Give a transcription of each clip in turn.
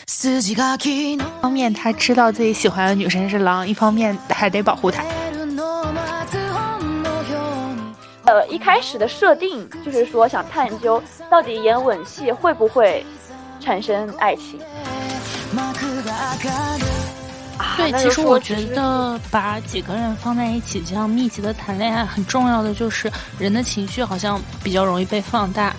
一方面他知道自己喜欢的女生是狼，一方面还得保护她。 一开始的设定就是说想探究到底演吻戏会不会产生爱情。 对，其实我觉得把几个人放在一起这样密集的谈恋爱，很重要的就是人的情绪好像比较容易被放大。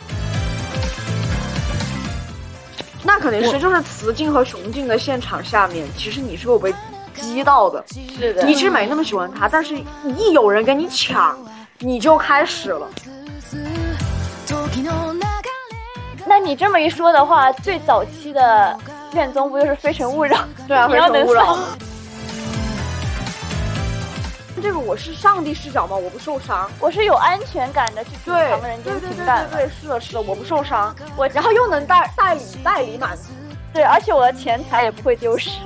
那肯定是，就是雌竞和雄竞的现场下面，其实你是有被激到的。 是的， 你其实没那么喜欢他，但是一有人跟你抢，你就开始了。 那你这么一说的话，最早期的恋综不就是《非诚勿扰》？ 对啊，《非诚勿扰》。这个我是上帝视角吗？我不受伤， 我是有安全感的去品尝人间情感。 对，是的，我不受伤，然后又能代理满足。 对，而且我的钱财也不会丢失。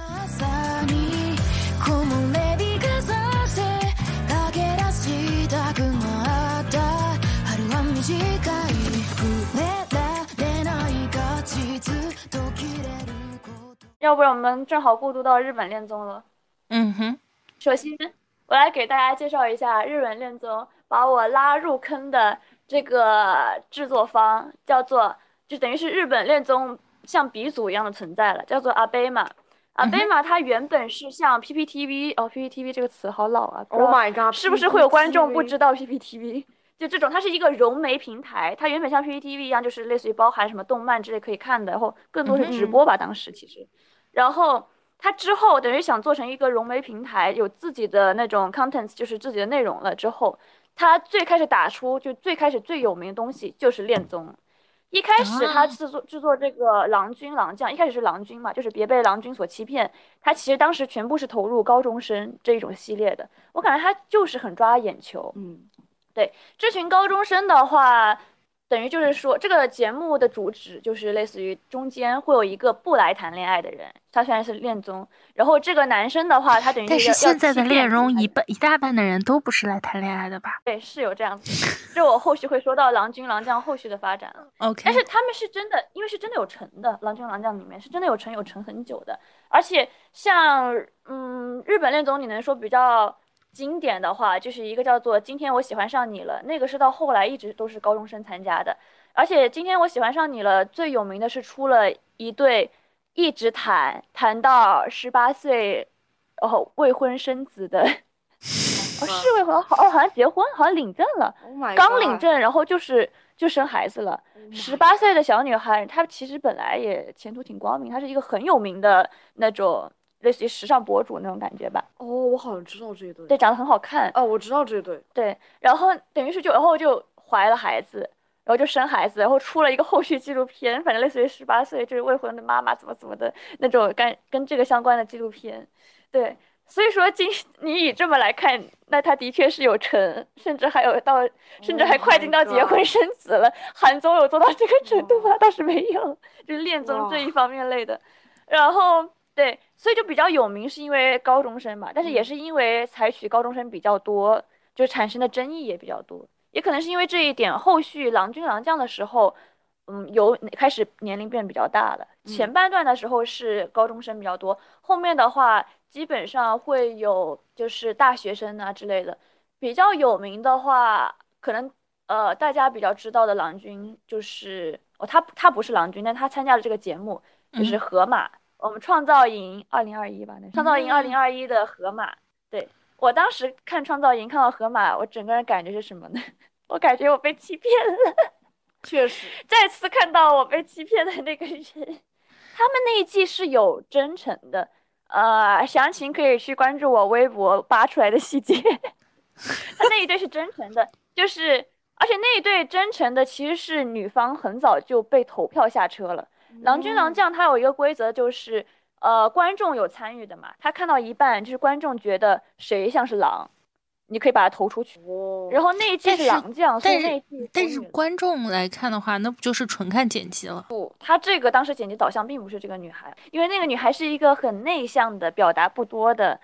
要不然我们正好过渡到日本恋综了。 嗯哼， 首先我来给大家介绍一下日本恋综把我拉入坑的这个制作方，叫做就等于是日本恋综像鼻祖一样的存在了，叫做阿贝玛。阿贝玛它原本是像 PPTV 这个词好老啊 ，Oh my god， 是不是会有观众不知道 PPTV？ 就这种，它是一个融媒平台，它原本像 PPTV 一样，就是类似于包含什么动漫之类可以看的，然后更多是直播吧，当时其实，然后。他之后等于想做成一个融媒平台，有自己的那种 contents， 就是自己的内容了之后，他最开始最开始最有名的东西就是恋综。一开始他制作这个郎君郎将，一开始是郎君嘛，就是别被郎君所欺骗。他其实当时全部是投入高中生这一种系列的，我感觉他就是很抓眼球。对，这群高中生的话。等于就是说，这个节目的主旨就是类似于中间会有一个不来谈恋爱的人，他虽然是恋综，然后这个男生的话，他等于但是现在的恋综一大半的人都不是来谈恋爱的吧？ 对，是有这样子。这我后续会说到郎君郎将后续的发展了。 OK， 但是他们是真的，因为是真的有成的，郎君郎将里面是真的有成很久的，而且像日本恋综你能说比较。经典的话就是一个叫做今天我喜欢上你了，那个是到后来一直都是高中生参加的，而且今天我喜欢上你了最有名的是出了一对一直谈到18岁，未婚生子的，是未婚好像结婚好像领证了，刚领证然后就生孩子了。18岁的小女孩，她其实本来也前途挺光明，她是一个很有名的那种。类似于时尚博主那种感觉吧。 哦，我好像知道这一对。 对，长得很好看。 哦，我知道这一对。 对，然后等于是然后就怀了孩子，然后就生孩子，然后出了一个后续纪录片，反正类似于18岁就是未婚的妈妈怎么的那种跟这个相关的纪录片。对，所以说你以这么来看，那他的确是有成，甚至还快进到结婚生子了。韩综有做到这个程度吗？倒是没有，就是恋综这一方面类的。然后。对，所以就比较有名，是因为高中生嘛，但是也是因为采取高中生比较多，就产生的争议也比较多，也可能是因为这一点，后续郎君郎将的时候，开始年龄变比较大了。前半段的时候是高中生比较多，后面的话基本上会有就是大学生啊之类的。比较有名的话，可能大家比较知道的郎君就是他不是郎君，但他参加了这个节目，就是河马。我们创造营2021吧，创造营2021的河马。对，我当时看创造营看到河马，我整个人感觉是什么呢？我感觉我被欺骗了。 确实， 再次看到我被欺骗的那个人。他们那一季是有真诚的，详情可以去关注我微博扒出来的细节。他那一对是真诚的，就是而且那一对真诚的其实是女方很早就被投票下车了。郎君郎将他有一个规则，就是观众有参与的嘛，他看到一半就是观众觉得谁像是狼，你可以把他投出去。然后那一季是狼将，所以那一季但是观众来看的话，那不就是纯看剪辑了？ 不，他这个当时剪辑导向并不是这个女孩，因为那个女孩是一个很内向的、表达不多的，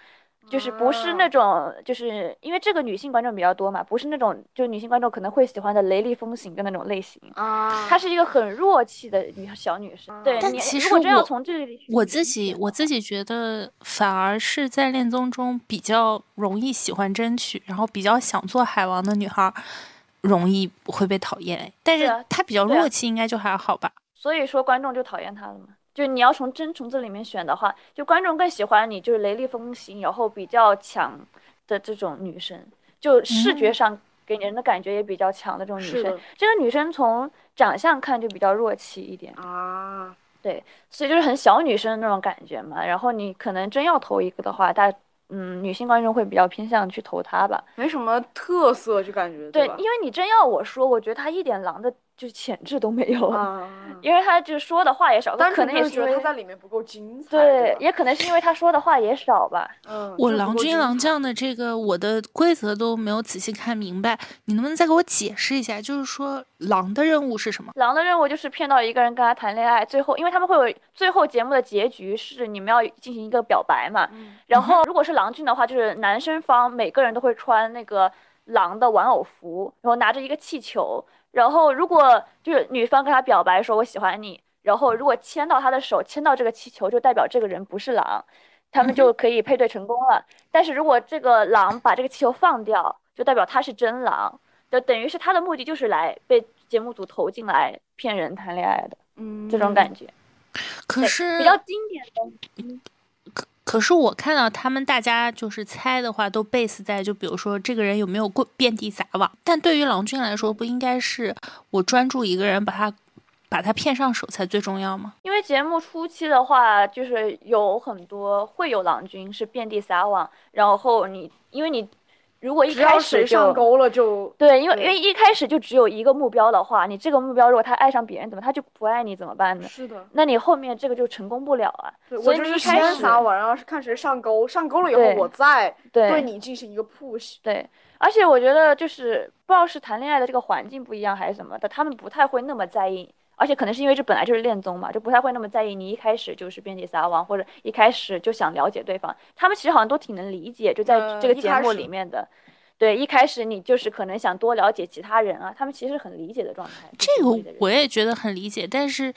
就是不是那种，就是因为这个女性观众比较多嘛，不是那种就女性观众可能会喜欢的雷厉风行的那种类型啊， 她是一个很弱气的小女生。对你， 但其实如果真要从这里我自己觉得，反而是在恋综中比较容易喜欢争取，然后比较想做海王的女孩，容易会被讨厌。但是她比较弱气，应该就还好吧。 所以说观众就讨厌她了嘛。就你要从真从这里面选的话，就观众更喜欢你就是雷厉风行，然后比较强的这种女生，就视觉上给人的感觉也比较强的这种女生。这个女生从长相看就比较弱气一点啊， 对，所以就是很小女生那种感觉嘛。然后你可能真要投一个的话，女性观众会比较偏向去投她吧， 没什么特色就感觉对， 吧？ 因为你真要我说，我觉得她一点狼的就是潜质都没有，因为她就是说的话也少，可能也是因为她在里面不够精彩， 对，也可能是因为她说的话也少吧。 我郎君郎将的这个我的规则都没有仔细看明白，你能不能再给我解释一下？就是说狼的任务是什么？ 狼的任务就是骗到一个人跟他谈恋爱，最后因为他们会有最后节目的结局是你们要进行一个表白嘛，然后如果是郎君的话，就是男生方每个人都会穿那个狼的玩偶服，然后拿着一个气球。然后，如果就是女方跟他表白说“我喜欢你”，然后如果牵到他的手，牵到这个气球，就代表这个人不是狼，他们就可以配对成功了。但是如果这个狼把这个气球放掉，就代表他是真狼，就等于是他的目的就是来被节目组投进来骗人谈恋爱的，这种感觉。 可是比较经典的。 可是我看到他们大家就是猜的话，都 base 在就比如说这个人有没有遍地撒网。但对于郎君来说，不应该是我专注一个人把他骗上手才最重要吗？ 因为节目初期的话，就是有很多会有郎君是遍地撒网，然后因为你如果一开始就上钩了就对，因为一开始就只有一个目标的话，你这个目标如果他爱上别人，他就不爱你怎么办呢？ 是的， 那你后面这个就成功不了啊。所以我就是先撒网，然后是看谁上钩，上钩了以后我再对你进行一个 push。 对，而且我觉得就是不知道是谈恋爱的这个环境不一样还是什么的，他们不太会那么在意。而且可能是因为这本来就是恋综嘛，就不太会那么在意你一开始就是遍地撒网，或者一开始就想了解对方。他们其实好像都挺能理解，就在这个节目里面的。对，一开始你就是可能想多了解其他人啊，他们其实很理解的状态。 这个我也觉得很理解，但是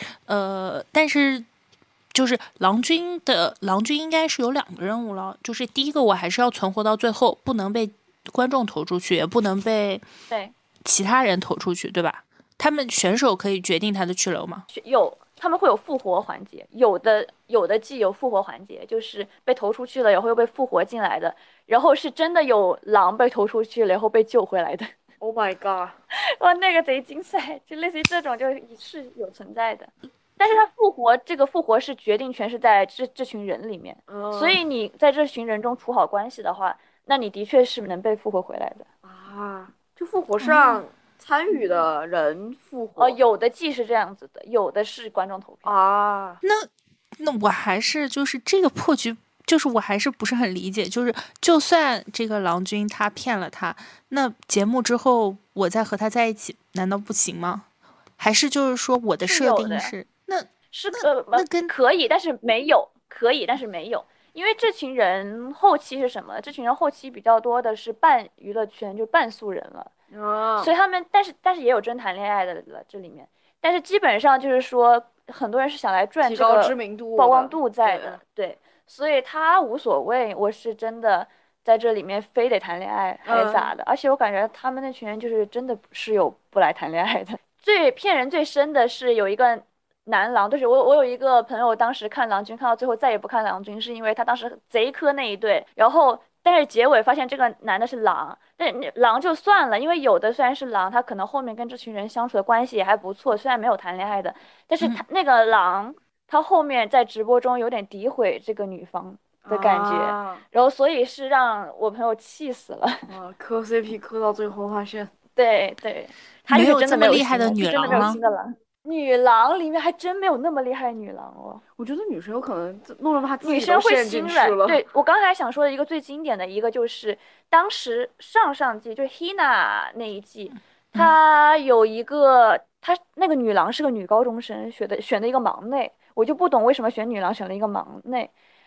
就是郎君应该是有2个任务了，就是第一个我还是要存活到最后，不能被观众投出去，也不能被其他人投出去，对吧？他们选手可以决定他的去留吗？ 他们会有复活环节，有的季有复活环节，就是被投出去了，然后又被复活进来的，然后是真的有狼被投出去了，然后被救回来的。 Oh my god！ 哇，那个贼精彩，就类似于这种，就是有存在的。但是他这个复活是决定权是在这群人里面，所以你在这群人中处好关系的话，那你的确是能被复活回来的啊。就复活是让参与的人复活有的季是这样子的，有的是观众投票啊。 那我还是就是这个破局，就是我还是不是很理解，就是就算这个郎君他骗了他，那节目之后我再和他在一起，难道不行吗？还是就是说我的设定是那跟可以，但是没有可以，但是没有。因为这群人后期是什么？这群人后期比较多的是半娱乐圈，就半素人了，所以他们但是也有真谈恋爱的了这里面，但是基本上就是说很多人是想来赚这个曝光度在的，对，所以他无所谓，我是真的在这里面非得谈恋爱还是咋的？而且我感觉他们那群人就是真的是有不来谈恋爱的。最骗人最深的是有一个男郎，就是我有一个朋友，当时看郎君看到最后再也不看郎君，是因为他当时贼磕那一对，然后但是结尾发现这个男的是狼，但狼就算了，因为有的虽然是狼，他可能后面跟这群人相处的关系也还不错，虽然没有谈恋爱的，但是他那个狼他后面在直播中有点诋毁这个女方的感觉，然后所以是让我朋友气死了。 磕 CP 磕到最后发现， 对，他没有这么厉害的女郎吗？ 女郎里面还真没有那么厉害的女郎哦。 我觉得女生有可能弄得她自己女生会心软。对，我刚才想说的一个最经典的一个就是当时上季就是 Hina 那一季，她有一个她那个女郎是个女高中生，选的一个忙内，我就不懂为什么选女郎选了一个忙内。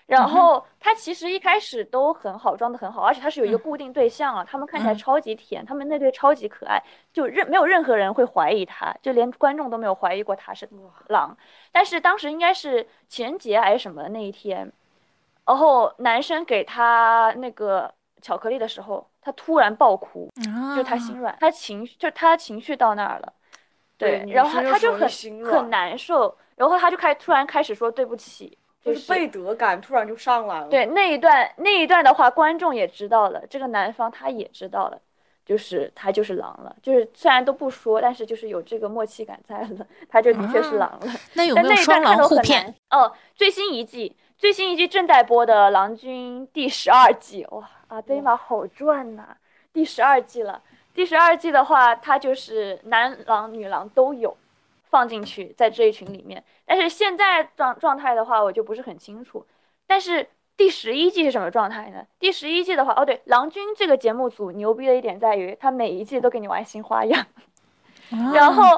然后他其实一开始都很好，装的很好，而且他是有一个固定对象啊，他们看起来超级甜，他们那对超级可爱，就没有任何人会怀疑他，就连观众都没有怀疑过他是狼。但是当时应该是情人节还是什么那一天，然后男生给他那个巧克力的时候，他突然爆哭，就是他心软，他情绪到那儿了，对，然后他就很难受，然后他就突然开始说对不起。 就是背德感突然就上来了。 对，那一段的话，观众也知道了，这个男方他也知道了，就是他就是狼了，就是虽然都不说，但是就是有这个默契感在了，他就的确是狼了。 那有没有双狼互骗？ 哦，最新一季正在播的《郎君》第12季，哇，阿贝玛好赚呐！第12季了，第12季的话，它就是男狼女狼都有。放进去在这一群里面，但是现在状态的话我就不是很清楚。但是第11季是什么状态呢？第11季的话，哦对，郎君这个节目组牛逼的一点在于，他每一季都给你玩新花样。然后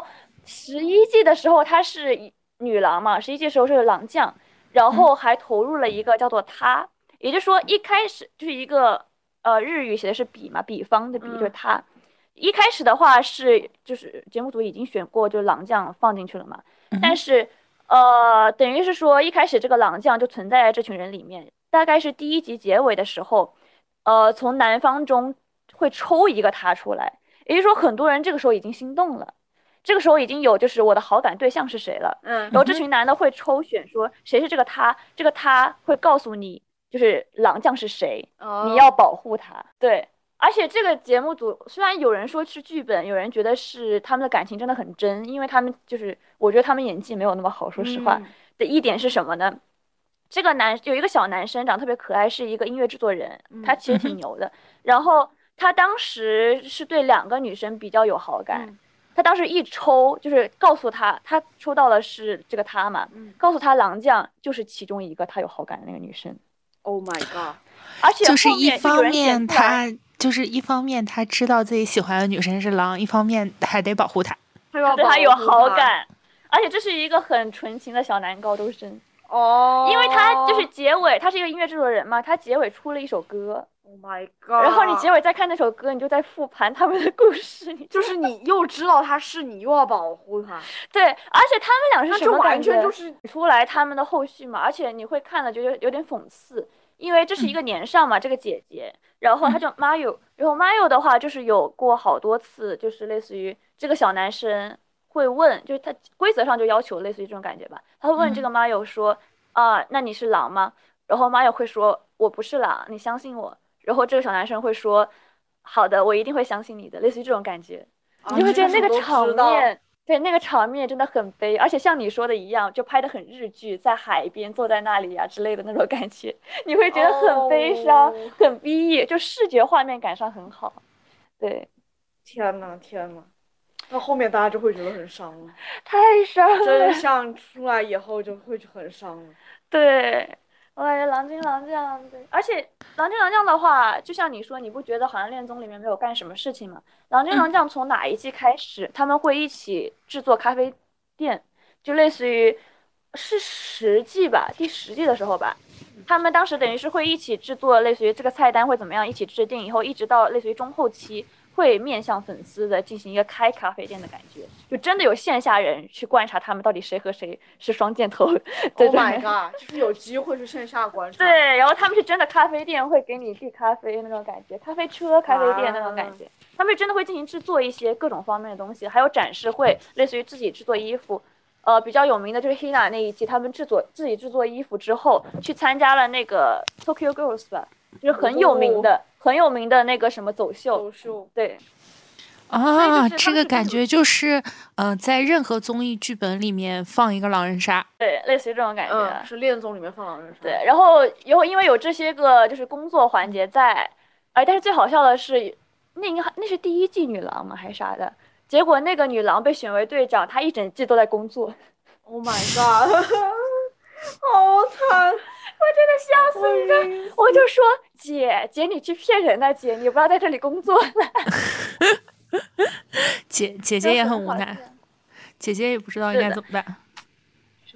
11季的时候他是女郎嘛，11季的时候是狼将，然后还投入了一个叫做他，也就是说一开始就是一个日语写的是比嘛，比方的比就是他。一开始的话就是节目组已经选过，就是狼将放进去了嘛。但是等于是说一开始这个狼将就存在在这群人里面。大概是第1集结尾的时候，从男方中会抽一个他出来，也就是说很多人这个时候已经心动了，这个时候已经有就是我的好感对象是谁了。然后这群男的会抽选说谁是这个他，这个他会告诉你就是狼将是谁，你要保护他。对。而且这个节目组虽然有人说是剧本，有人觉得是他们的感情真的很真，因为他们就是我觉得他们演技没有那么好，说实话。的一点是什么呢？这个有一个小男生长得特别可爱，是一个音乐制作人，他其实挺牛的。然后他当时是对2个女生比较有好感，他当时一抽就是告诉他抽到的是这个他嘛，告诉他狼将就是其中一个他有好感的那个女生。 Oh my god！ 而且就是一方面他知道自己喜欢的女生是狼，一方面还得保护她， 对他有好感，而且这是一个很纯情的小男高中生哦。 因为他就是结尾，他是一个音乐制作人嘛，他结尾出了一首歌。 Oh my god！ 然后你结尾再看那首歌，你就在复盘他们的故事， 就是你又知道他是你，又要保护他。 对，而且他们俩是什么感觉？ 完全就是出来他们的后续嘛，而且你会看了就有点讽刺。因为这是一个年上嘛，这个姐姐，然后她叫 Mayu，然后 Mayu 的话就是有过好多次，就是类似于这个小男生会问，就是他规则上就要求类似于这种感觉吧，他会问这个 Mayu 说那你是狼吗？然后 Mayu 会说我不是狼，你相信我。然后这个小男生会说好的，我一定会相信你的，类似于这种感觉。你会觉得那个场面。对，那个场面真的很悲，而且像你说的一样，就拍得很日剧，在海边坐在那里呀之类的那种感觉，你会觉得很悲伤，很逼抑，就视觉画面感上很好。对， 天呐，那后面大家就会觉得很伤了， 太伤了， 真相出来以后就会很伤了。 对。我感觉郎君郎将，对，而且郎君郎将的话，就像你说，你不觉得好像恋综里面没有干什么事情吗？郎君郎将从哪一季开始，他们会一起制作咖啡店，就类似于是10季吧，第10季的时候吧，他们当时等于是会一起制作，类似于这个菜单会怎么样，一起制定以后，一直到类似于中后期。会面向粉丝的进行一个开咖啡店的感觉，就真的有线下人去观察他们到底谁和谁是双箭头。 Oh my god！ 就是有机会去线下观察。 对，然后他们是真的咖啡店会给你递咖啡那种感觉，咖啡车、咖啡店那种感觉，他们真的会进行制作一些各种方面的东西，还有展示会，类似于自己制作衣服。比较有名的就是 Hina 那一季，他们自己制作衣服之后，去参加了那个 Tokyo Girls 吧，就是很有名的那个什么走秀。对。 这个感觉就是在任何综艺剧本里面放一个狼人杀， 对，类似于这种感觉。 是恋综里面放狼人杀。 对，然后因为有这些个就是工作环节在，但是最好笑的是，那是第1季女郎吗还是啥的？结果那个女郎被选为队长，她一整季都在工作。 Oh my god！ 好惨！ 我真的笑死你！我就说姐，你去骗人的，姐，你不要在这里工作了。 姐姐也很无奈，姐姐也不知道应该怎么办。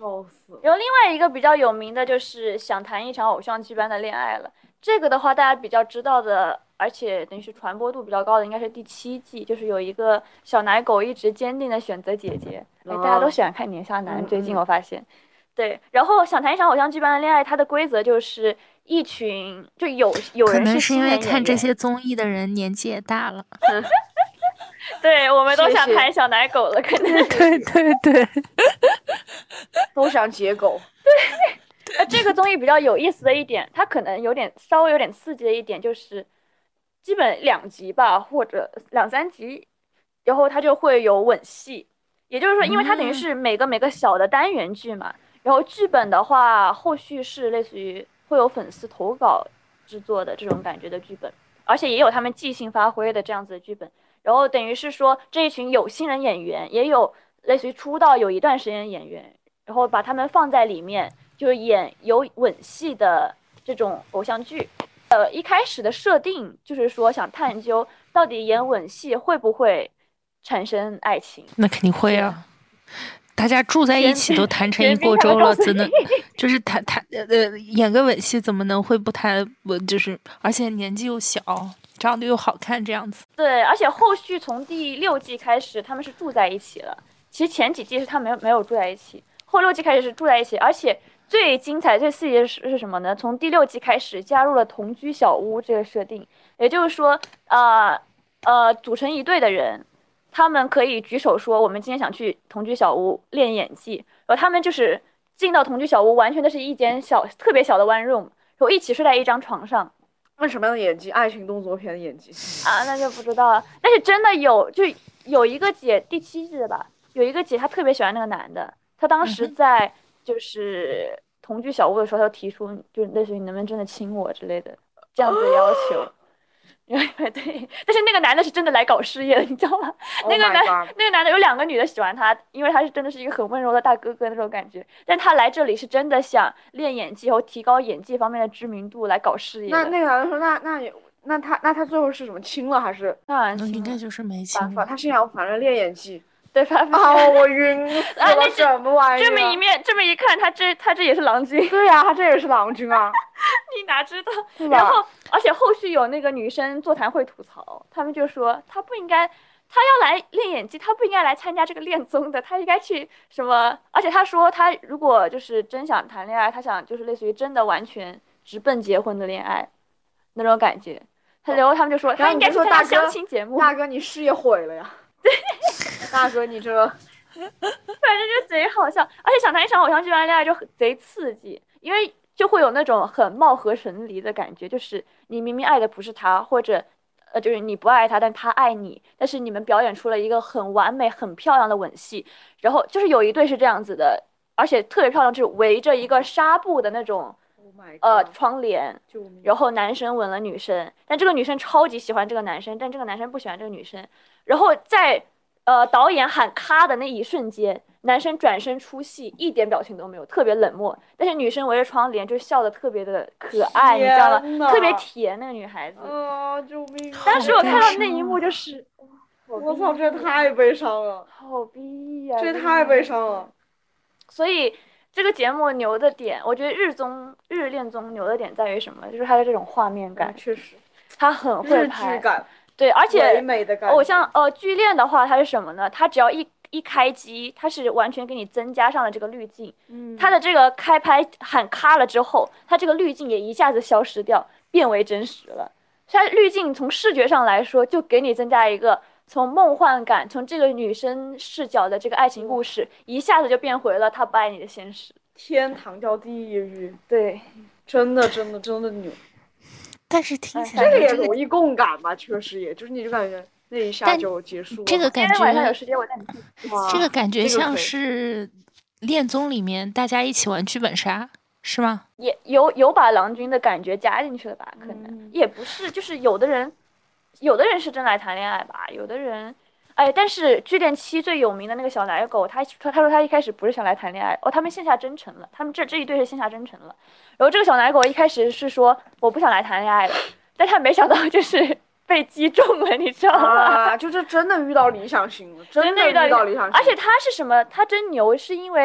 笑死了。 然后另外一个比较有名的就是想谈一场偶像剧般的恋爱了。这个的话，大家比较知道的，而且等于是传播度比较高的，应该是第7季，就是有一个小奶狗一直坚定的选择姐姐。哎，大家都喜欢看年下男，最近我发现。对，然后想谈一场偶像剧般的恋爱，它的规则就是一群就有可能是人新因为人演员， 看这些综艺的人年纪也大了。 对，我们都想谢谢谈小奶狗了，可能对对对， 都想解狗。 这个综艺比较有意思的一点，它可能稍微有点刺激的一点就是，基本2集吧，或者2、3集，然后它就会有吻戏。也就是说，因为它等于是每个小的单元剧嘛，然后剧本的话，后续是类似于会有粉丝投稿制作的这种感觉的剧本，而且也有他们即兴发挥的这样子的剧本。然后等于是说这一群有新人演员，也有类似于出道有一段时间的演员，然后把他们放在里面，就是演有吻戏的这种偶像剧。一开始的设定就是说想探究到底演吻戏会不会产生爱情。 那肯定会啊。大家住在一起都谈成一锅玄彬他粥了， 们告诉你真的就是演个吻戏怎么能会不谈？我就是，而且年纪又小，长得又好看，这样子。 对，而且后续从第6季开始，他们是住在一起了。其实前几季是他们没有住在一起，后6季开始是住在一起，而且最精彩、最刺激的是什么呢？从第6季开始加入了同居小屋这个设定，也就是说，组成一队的人，他们可以举手说我们今天想去同居小屋练演技，然后他们就是进到同居小屋，完全的是一间特别小的 one room，然后一起睡在一张床上。 那什么样的演技？爱情动作片的演技啊，那就不知道了。但是真的有一个姐，第7季的吧，有一个姐她特别喜欢那个男的，她当时在就是同居小屋的时候，她就提出就类似于你能不能真的亲我之类的这样子的要求。对，但是那个男的是真的来搞事业的，你知道吗？那个男的有2个女的喜欢他，因为他是真的是一个很温柔的大哥哥那种感觉。但他来这里是真的想练演技和提高演技方面的知名度来搞事业的。 那个男的说那他最后是什么亲了还是？ 当然亲了， 应该就是没亲反他心想反正练演技。 对， 我晕死了，什么玩意儿？ 这么一看，他这也是郎君。 对呀，他这也是郎君啊。 你哪知道？然后，而且后续有那个女生座谈会吐槽，他们就说他不应该，他要来练演技，他不应该来参加这个恋综的，他应该去什么？而且他说他如果就是真想谈恋爱，他想就是类似于真的完全直奔结婚的恋爱那种感觉。然后他们就说他应该去参加相亲节目。 大哥，你事业毁了呀！对，大哥你这， 反正就贼好笑，而且想谈一场偶像剧般恋爱就贼刺激，因为就会有那种很貌合神离的感觉，就是你明明爱的不是他，或者就是你不爱他，但他爱你，但是你们表演出了一个很完美、很漂亮的吻戏，然后就是有一对是这样子的，而且特别漂亮，就是围着一个纱布的那种。窗帘，然后男生吻了女生，但这个女生超级喜欢这个男生，但这个男生不喜欢这个女生。然后在导演喊咔的那一瞬间，男生转身出戏，一点表情都没有，特别冷漠。但是女生围着窗帘就笑得特别的可爱，你知道吗？特别甜那个女孩子。 救命！ 当时我看到那一幕就是， 我操，这太悲伤了， 好逼呀！ 这太悲伤了。 所以。这个节目牛的点，我觉得日恋综牛的点在于什么？就是它的这种画面感， 确实， 它很会拍， 日剧感， 对，而且唯美的感。 偶像剧恋的话，它是什么呢？它只要一开机，它是完全给你增加上了这个滤镜，它的这个开拍喊咔了之后，它这个滤镜也一下子消失掉，变为真实了。它滤镜从视觉上来说，就给你增加一个。从梦幻感，从这个女生视角的这个爱情故事，一下子就变回了他不爱你的现实。 天堂叫地狱， 对， 真的牛。 但是听起来这个也容易共感吧？确实，也就是你就感觉那一下就结束了。 这个感觉， 晚上有时间我带你去。 这个感觉像是恋综里面大家一起玩剧本杀。是吗？ 也有把郎君的感觉加进去了吧？可能也不是，就是有的人是真来谈恋爱吧，有的人，但是《剧恋7》最有名的那个小奶狗，他说他一开始不是想来谈恋爱，他们线下真诚了，他们这一对是线下真诚了。然后这个小奶狗一开始是说我不想来谈恋爱了，但他没想到就是被击中了，你知道吗？ 就是真的遇到理想型了，真的遇到理想型。 而且他是什么？他真牛，是因为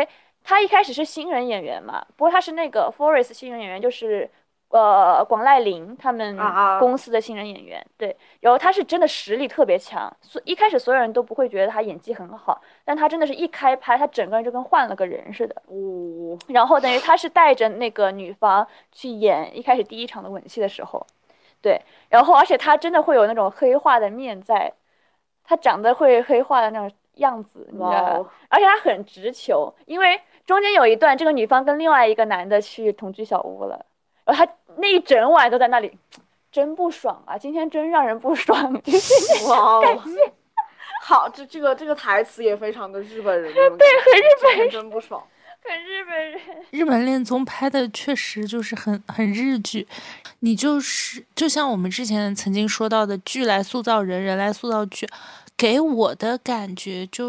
他一开始是新人演员嘛，不过他是那个 Forest 新人演员，就是广濑铃他们公司的新人演员。对，然后他是真的实力特别强，一开始所有人都不会觉得他演技很好，但他真的是一开拍，他整个人就跟换了个人似的。然后等于他是带着那个女方去演一开始第一场的吻戏的时候，对，然后而且他真的会有那种黑化的面在，他长得会黑化的那种样子，你知道吗？而且他很直球，因为中间有一段，这个女方跟另外一个男的去同居小屋了，然后他那一整晚都在那里，真不爽啊！今天真让人不爽，哇，感觉好，这个台词也非常的日本人， 对，很日本人， 真不爽， 很日本人。 日本恋综拍的确实就是很日剧，你就像我们之前曾经说到的，剧来塑造人，人来塑造剧，给我的感觉就是。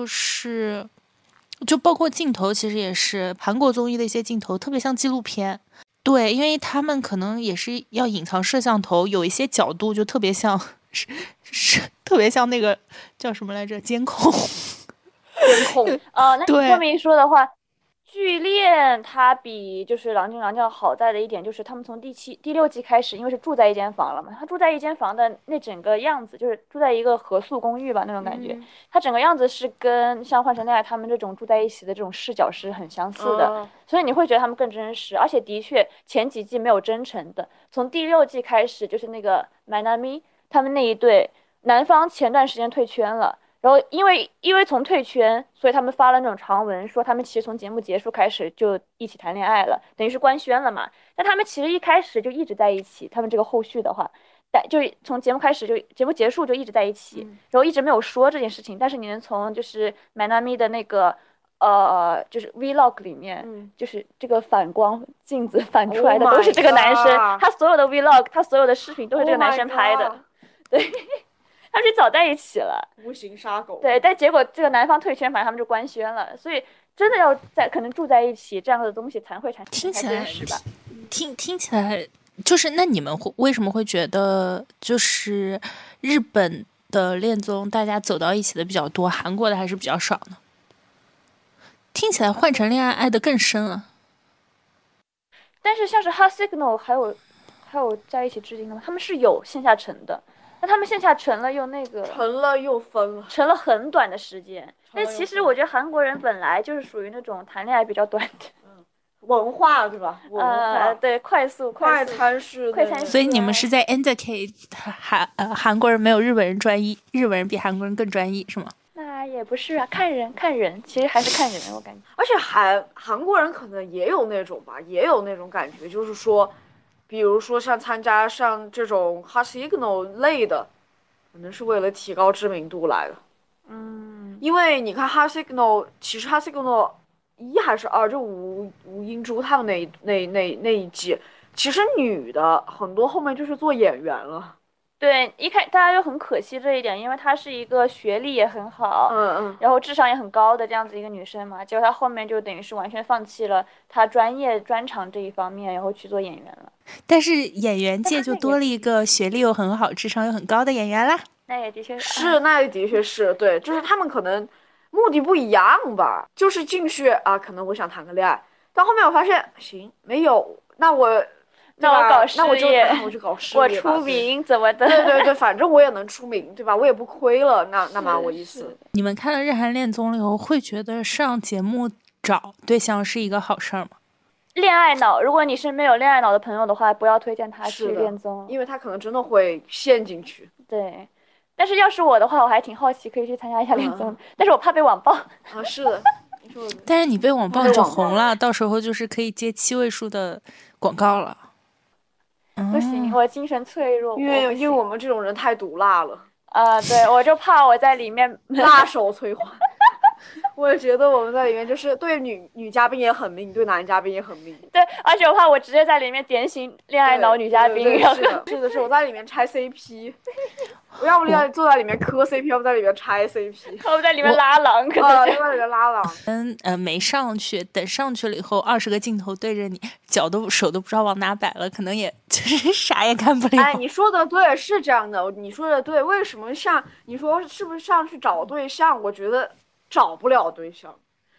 就包括镜头，其实也是韩国综艺的一些镜头，特别像纪录片。对，因为他们可能也是要隐藏摄像头，有一些角度就特别像，是特别像那个叫什么来着，监控。 那你这么一说的话，剧恋它比就是郎君郎教好在的一点就是他们从第六季开始，因为是住在一间房了嘛，他住在一间房的那整个样子就是住在一个合宿公寓吧那种感觉，他整个样子是跟像换乘恋爱他们这种住在一起的这种视角是很相似的，所以你会觉得他们更真实，而且的确前几季没有真诚的，从第六季开始就是那个 Manami 他们那一对，男方前段时间退圈了。然后因为从退圈，所以他们发了那种长文，说他们其实从节目结束开始就一起谈恋爱了，等于是官宣了嘛。但他们其实一开始就一直在一起，他们这个后续的话，就从节目开始就节目结束就一直在一起，然后一直没有说这件事情。但是你能从就是 Manami 的那个就是 Vlog 里面，就是这个反光镜子反出来的都是这个男生，他所有的 Vlog， 他所有的视频都是这个男生拍的，对。他们就早在一起了， 无形杀狗。 对，但结果这个男方退圈，反正他们就官宣了，所以真的要可能住在一起，这样的东西才会产生真实吧。 听起来就是，那你们为什么会觉得就是日本的恋综大家走到一起的比较多，韩国的还是比较少呢？听起来换成恋爱爱得更深了。 但是像是 Hot Signal 还有在一起至今的，他们是有线下成的。那他们线下成了又那个， 成了又分了， 成了很短的时间。但其实我觉得韩国人本来就是属于那种谈恋爱比较短的， 文化对吧？ 对，快餐式。 所以你们是在 indicate 韩国人没有日本人专一，日本人比韩国人更专一是吗？ 那也不是啊，看人，其实还是看人，我感觉。 而且韩国人可能也有那种吧，也有那种感觉，就是说。比如说像参加像这种 Hot Signal 类的，可能是为了提高知名度来的。因为你看 Hot Signal， 其实 Hot Signal 1还是2，就吴英珠他们那一季，其实女的很多后面就是做演员了。 对，大家就很可惜这一点，因为她是一个学历也很好，然后智商也很高的这样子一个女生嘛，结果她后面就等于是完全放弃了她专长这一方面，然后去做演员了。 但是演员界就多了一个学历又很好、智商又很高的演员啦。 那也的确是，那也的确是对，就是他们可能目的不一样吧，就是进去啊，可能我想谈个恋爱，到后面我发现行没有，那我搞事业， 那我就搞事业， 我出名怎么的？ 对，反正我也能出名，对吧？我也不亏了，那蛮我意思。 你们看了日韩恋综以后，会觉得上节目找对象是一个好事儿吗？ 恋爱脑，如果你身边有恋爱脑的朋友的话，不要推荐他去恋综， 因为他可能真的会陷进去。 对，但是要是我的话，我还挺好奇，可以去参加一下恋综，但是我怕被网暴。 是的。 但是你被网暴就红了，到时候就是可以接7位数的广告了。 不行，我精神脆弱， 因为我们这种人太毒辣了。 对，我就怕我在里面辣手摧花。我也觉得我们在里面就是对女嘉宾也很命，对男嘉宾也很命。 对，而且我怕我直接在里面点醒恋爱脑女嘉宾。 是我在里面拆 CP， 我要不坐在里面磕 CP， 要不在里面拆 CP， 要不在里面拉郎，可能要在里面拉郎。 没上去，等上去了以后，20个镜头对着你，手都不知道往哪摆了，可能也就是啥也看不了。 哎，你说的对，是这样的，你说的对。为什么你说是不是上去找对象？我觉得找不了对象，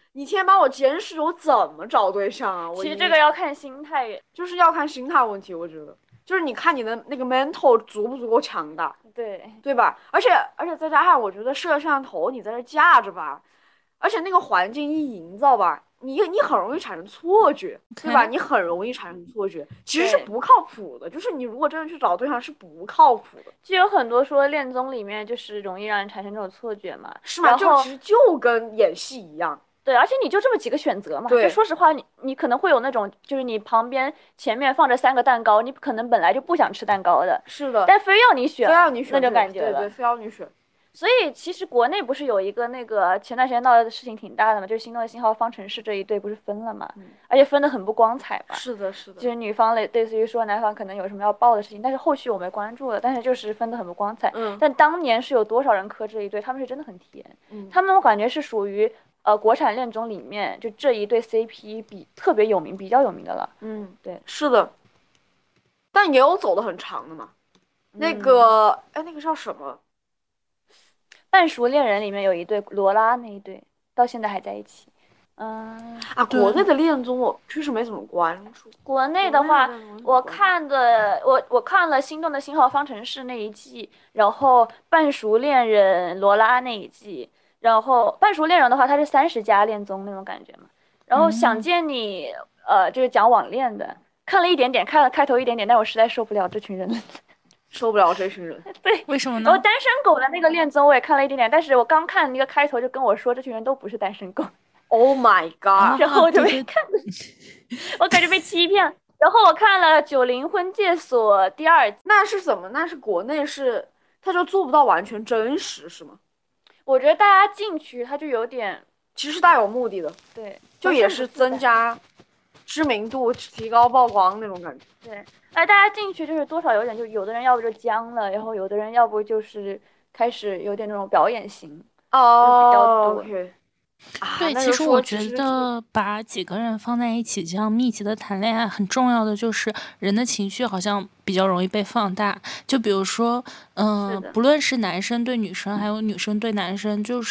你天天把我监视，我怎么找对象啊？我其实这个要看心态， 就是要看心态问题，我觉得就是你看你的那个 mental 足不足够强大， 对， 对吧？而且再加上，我觉得摄像头你在这架着吧，而且那个环境一营造吧，你很容易产生错觉，对吧？ OK 你很容易产生错觉，其实是对不靠谱的。就是你如果真的去找对象，是不靠谱的， 就有很多说恋综里面就是容易让人产生这种错觉嘛， 是吗？ 然后就其实就跟演戏一样， 对，而且你就这么几个选择嘛， 对就说实话，你可能会有那种，就是你旁边前面放着3个蛋糕，你可能本来就不想吃蛋糕的， 是的， 但非要你选， 非要你选那种对感觉了。 对对，非要你选， 所以其实国内不是有一个那个前段时间闹的事情挺大的嘛，就是心动的信号方程式这一对不是分了嘛，而且分得很不光彩嘛。 是的，是的， 就是女方类似于说男方可能有什么要报的事情，但是后续我没关注了，但是就是分得很不光彩。但当年是有多少人磕这一对，他们是真的很甜。他们我感觉是属于国产恋综里面就这一对 CP 特别有名、比较有名的了。对， 是的，但也有走得很长的嘛。那个，哎，那个叫什么？ 半熟恋人里面有一对罗拉那一对，到现在还在一起。 啊，国内的恋综我确实没怎么关注。 国内的话，我看看了《心动的信号方程式》那一季，然后《半熟恋人》罗拉那一季，然后《半熟恋人》的话，它是30加恋综那种感觉嘛。然后《想见你》就是讲网恋的，看了一点点，看了开头一点点，但我实在受不了这群人了。 受不了这群人。 对， 为什么呢？ 然后单身狗的那个恋综我也看了一点点，但是我刚看那个开头就跟我说，这群人都不是单身狗。 Oh my god！ 然后我就对被看的，我感觉被欺骗了。然后我看了《90婚介所》第2季， 那是怎么？那是国内是，他就做不到完全真实是吗？ 我觉得大家进去他就有点其实大有目的的， 对， 就也是增加知名度、提高曝光那种感觉。 对，大家进去就是多少有点，就有的人要不就僵了，然后有的人要不就是开始有点那种表演型，比较多。 OK。 对，其实我觉得把几个人放在一起，这样密集的谈恋爱，很重要的就是人的情绪好像比较容易被放大。就比如说，不论是男生对女生，还有女生对男生，就是，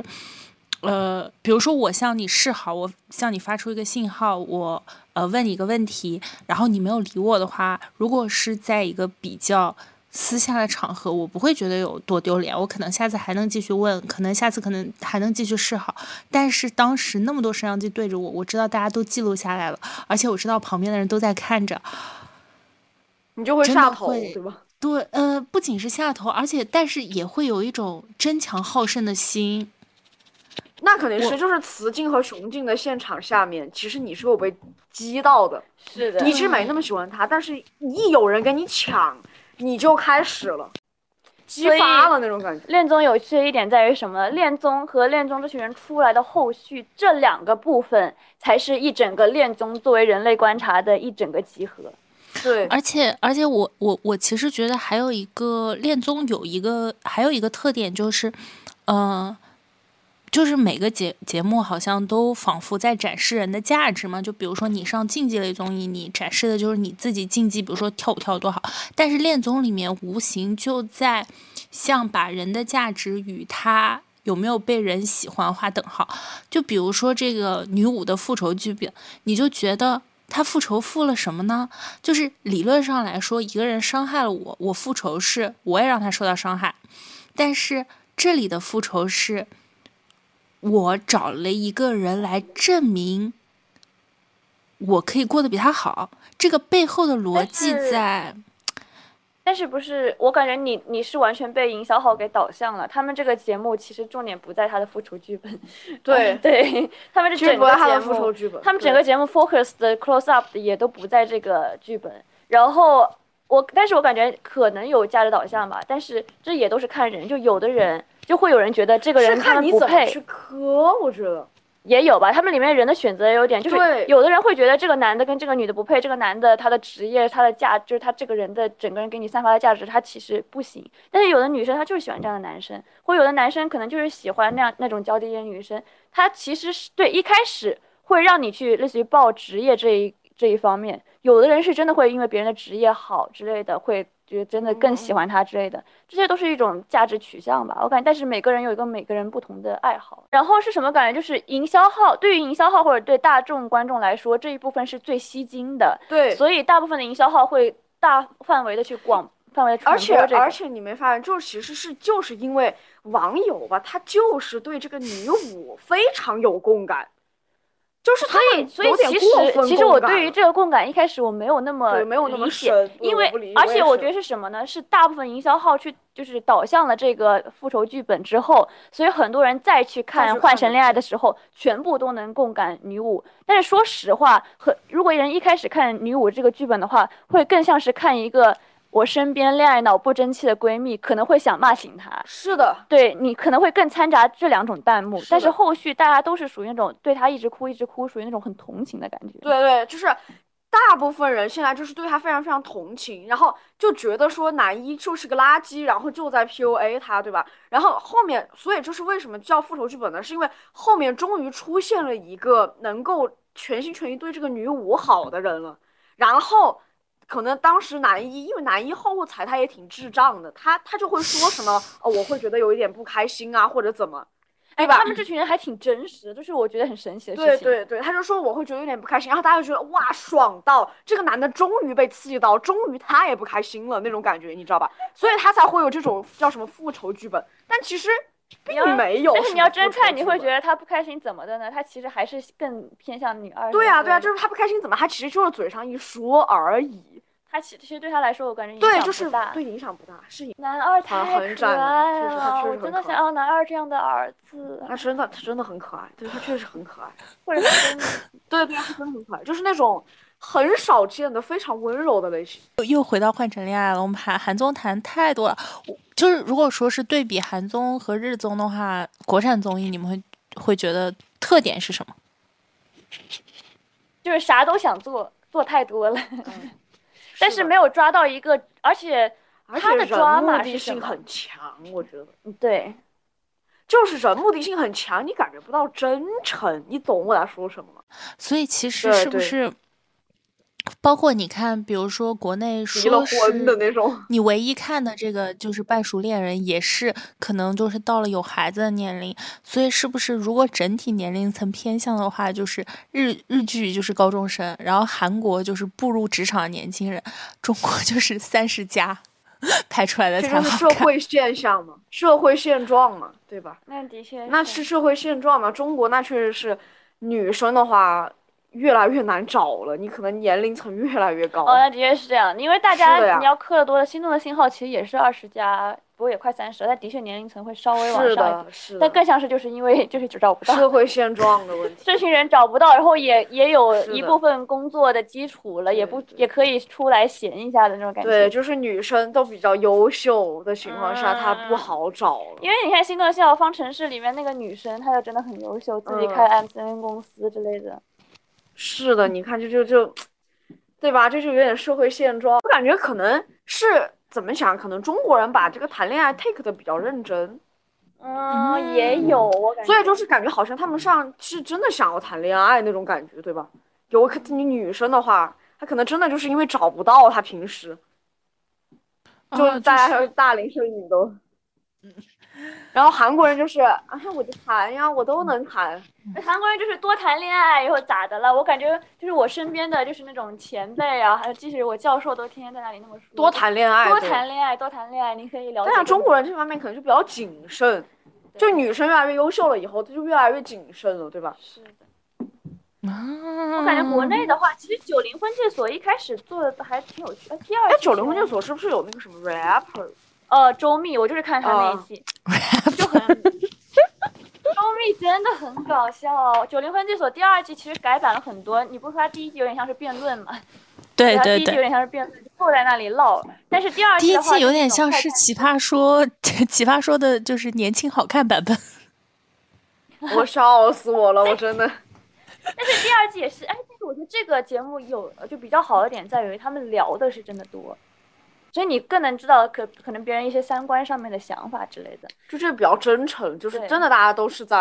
比如说我向你示好，我向你发出一个信号，我问你一个问题，然后你没有理我的话，如果是在一个比较私下的场合，我不会觉得有多丢脸，我可能下次还能继续问，可能下次可能还能继续示好。但是当时那么多摄像机对着我，我知道大家都记录下来了，而且我知道旁边的人都在看着， 你就会下头，对吧？ 对，不仅是下头，但是也会有一种争强好胜的心。 那肯定是，就是雌竞和雄竞的现场下面，其实你是有被激到的。 是的， 你其实没那么喜欢他，但是一有人跟你抢，你就开始了，激发了那种感觉。 恋综有趣的一点在于什么？恋综和恋综这群人出来的后续，这2个部分才是一整个恋综作为人类观察的一整个集合。 对， 而且我其实觉得还有一个恋综还有一个特点就是，就是每个节目好像都仿佛在展示人的价值嘛，就比如说你上竞技类综艺，你展示的就是你自己竞技，比如说跳舞跳得多好，但是恋综里面无形就在像把人的价值与他有没有被人喜欢划等号。就比如说这个女五的复仇剧本，你就觉得他复仇复了什么呢？就是理论上来说，一个人伤害了我，我复仇是我也让他受到伤害，但是这里的复仇是我找了一个人来证明我可以过得比他好，这个背后的逻辑在。 但是不是我感觉你是完全被营销号给导向了。他们这个节目其实重点不在他的复仇剧本， 对对，他们这整个节目，他们整个节目 focus 的 close up 的也都不在这个剧本。然后但是我感觉可能有价值导向吧，但是这也都是看人，就有的人就会有人觉得这个人他们不配， 去磕，我觉得。 也有吧，他们里面人的选择也有点，就是有的人会觉得这个男的跟这个女的不配，这个男的他的职业、他的价，就是他这个人的整个人给你散发的价值，他其实不行。但是有的女生她就是喜欢这样的男生，或有的男生可能就是喜欢那种娇滴滴的女生，他其实是对一开始会让你去类似于报职业这这一方面，有的人是真的会因为别人的职业好之类的，会觉得真的更喜欢他之类的，这些都是一种价值取向吧。我感觉，但是每个人有一个每个人不同的爱好。然后是什么感觉？就是营销号，对于营销号或者对大众观众来说，这一部分是最吸睛的， 对， 所以大部分的营销号会大范围的去广范围的传播这个。 而且你没发现，就是因为网友吧，他就是对这个女武非常有共感。就是他们有点过分其实我对于这个共感一开始我没有那么深， 因为而且我觉得是什么呢？是大部分营销号去就是导向了这个复仇剧本之后，所以很多人再去看《换乘恋爱》的时候，全部都能共感女武。但是说实话，如果人一开始看女武这个剧本的话，会更像是看一个我身边恋爱脑不争气的闺蜜，可能会想骂醒她。 是的， 对，你可能会更掺杂这两种弹幕，但是后续大家都是属于那种对她一直哭，属于那种很同情的感觉。 对，就是大部分人现在就是对他非常非常同情，然后就觉得说男一就是个垃圾，然后就在 PUA 他，对吧？然后后面，所以就是为什么叫复仇剧本呢？是因为后面终于出现了一个能够全心全意对这个女武好的人了，然后。可能当时因为男一后台他也挺智障的，他就会说什么我会觉得有一点不开心啊，或者怎么，对吧？ 他们这群人还挺真实的，就是我觉得很神奇的事情。对，他就说我会觉得有点不开心，然后大家就觉得哇爽到这个男的终于被刺激到，终于他也不开心了那种感觉，你知道吧？所以他才会有这种叫什么复仇剧本，但其实。并没有， 但是你要真看，你会觉得他不开心怎么的呢？他其实还是更偏向女二。 对啊，就是他不开心怎么？他其实就是嘴上一说而已。 他其实对他来说，我感觉对，就是对影响不大，是男二太可爱了，我真的想要男二这样的儿子。 他真的很可爱，对他确实很可爱， 或者对，他真的很可爱，就是那种很少见的非常温柔的类型。 又回到换乘恋爱了，我们韩综谈太多了。就是如果说是对比韩综和日综的话，国产综艺你们会觉得特点是什么？ 就是啥都想做太多了，但是没有抓到一个，而且他的抓目的性很强，我觉得。 对， 就是人目的性很强，你感觉不到真诚，你懂我在说什么吗？ 所以其实是不是？包括你看，比如说国内说是婚的那种， 你唯一看的这个就是《半熟恋人》，也是可能就是到了有孩子的年龄，所以是不是如果整体年龄层偏向的话，就是日剧就是高中生，然后韩国就是步入职场的年轻人，中国就是30+拍出来的才好看。 这就是社会现象嘛，社会现状嘛，对吧？ 那的确， 那是社会现状嘛。中国那确实是女生的话。越来越难找了，你可能年龄层越来越高。 那的确是这样，因为大家你要磕得多的，心动的信号其实也是20+，不过也快30了，但的确年龄层会稍微往上一点。 是的。 但更像是就是因为就是找不到社会现状的问题。 这群人找不到，然后也有一部分工作的基础了，也可以出来闲一下的那种感觉。 对，就是女生都比较优秀的情况下，她不好找了。 因为你看《心动的信号》方程式里面那个女生，她就真的很优秀，自己开 MCN 公司之类的。 是的，你看就，对吧？这就有点社会现状。我感觉可能是怎么想，可能中国人把这个谈恋爱 take 的比较认真。 也有，我感觉。 所以就是感觉好像他们是真的想要谈恋爱那种感觉，对吧？你女生的话，她可能真的就是因为找不到，她平时就大家大龄剩女都。然后韩国人就是我就谈呀，我都能谈。 韩国人就是多谈恋爱以后咋的了？我感觉就是我身边的就是那种前辈啊，还有即使我教授都天天在那里那么说。 多谈恋爱， 你可以了解。 但是中国人这方面可能就比较谨慎，就女生越来越优秀了以后，她就越来越谨慎了，对吧？ 是的。我感觉国内的话，其实90婚介所一开始做的还挺有趣。第二季 90婚介所是不是有那个什么 rapper？ 周密，我就是看他那一季，就很。周密真的很搞笑。90婚介所第2季其实改版了很多，你不是说他第1季有点像是辩论嘛？ 对， 第1季有点像是辩论，坐在那里唠。但是第2季的话， 第1季有点像是奇葩说，奇葩说的就是年轻好看版本。 我笑死我了，我真的。 但是第2季也是，但是我觉得这个节目就比较好的点在于他们聊的是真的多。所以你更能知道可能别人一些三观上面的想法之类的， 就这比较真诚，就是真的大家都是在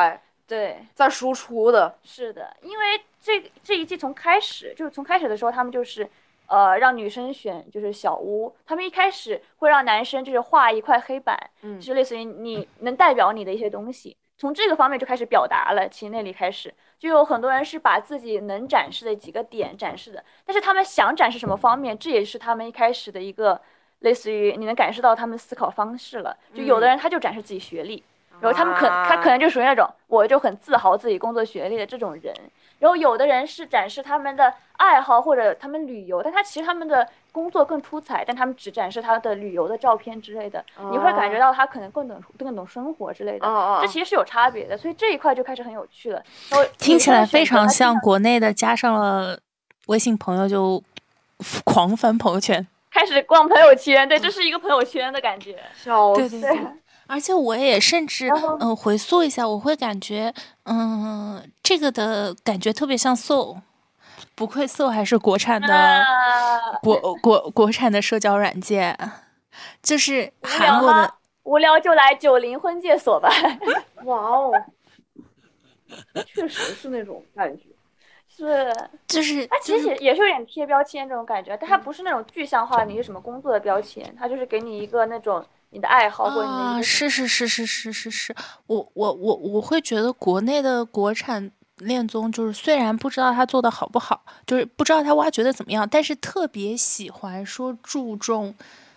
对， 在输出的。 是的，因为这一季从开始的时候，他们就是让女生选就是小屋，他们一开始会让男生就是画一块黑板，就是类似于你能代表你的一些东西，从这个方面就开始表达了。其实那里开始就有很多人是把自己能展示的几个点展示的，但是他们想展示什么方面，这也是他们一开始的一个类似于你能感受到他们思考方式了。就有的人他就展示自己学历。然后他可能就属于那种我就很自豪自己工作学历的这种人，然后有的人是展示他们的爱好或者他们旅游，但其实他们的工作更出彩，但他们只展示他的旅游的照片之类的，你会感觉到他可能更懂生活之类的，这其实是有差别的，所以这一块就开始很有趣了。然后听起来非常像国内的，加上了微信朋友就狂翻朋友圈， 开始逛朋友圈，对，这是一个朋友圈的感觉， 笑死。 对。而且我也甚至回溯一下，我会感觉这个的感觉特别像 Soul， 不愧 Soul 还是国产的国产的社交软件，就是韩国的。 无聊就来90婚介所吧。 哇哦，确实是那种感觉。 是， 就是它其实也是有点贴标签这种感觉，但它不是那种具象化你是什么工作的标签，它就是给你一个那种你的爱好或者你的一个是，我会觉得国内的国产恋综就是虽然不知道他做的好不好，就是不知道他挖掘的怎么样，但是特别喜欢说注重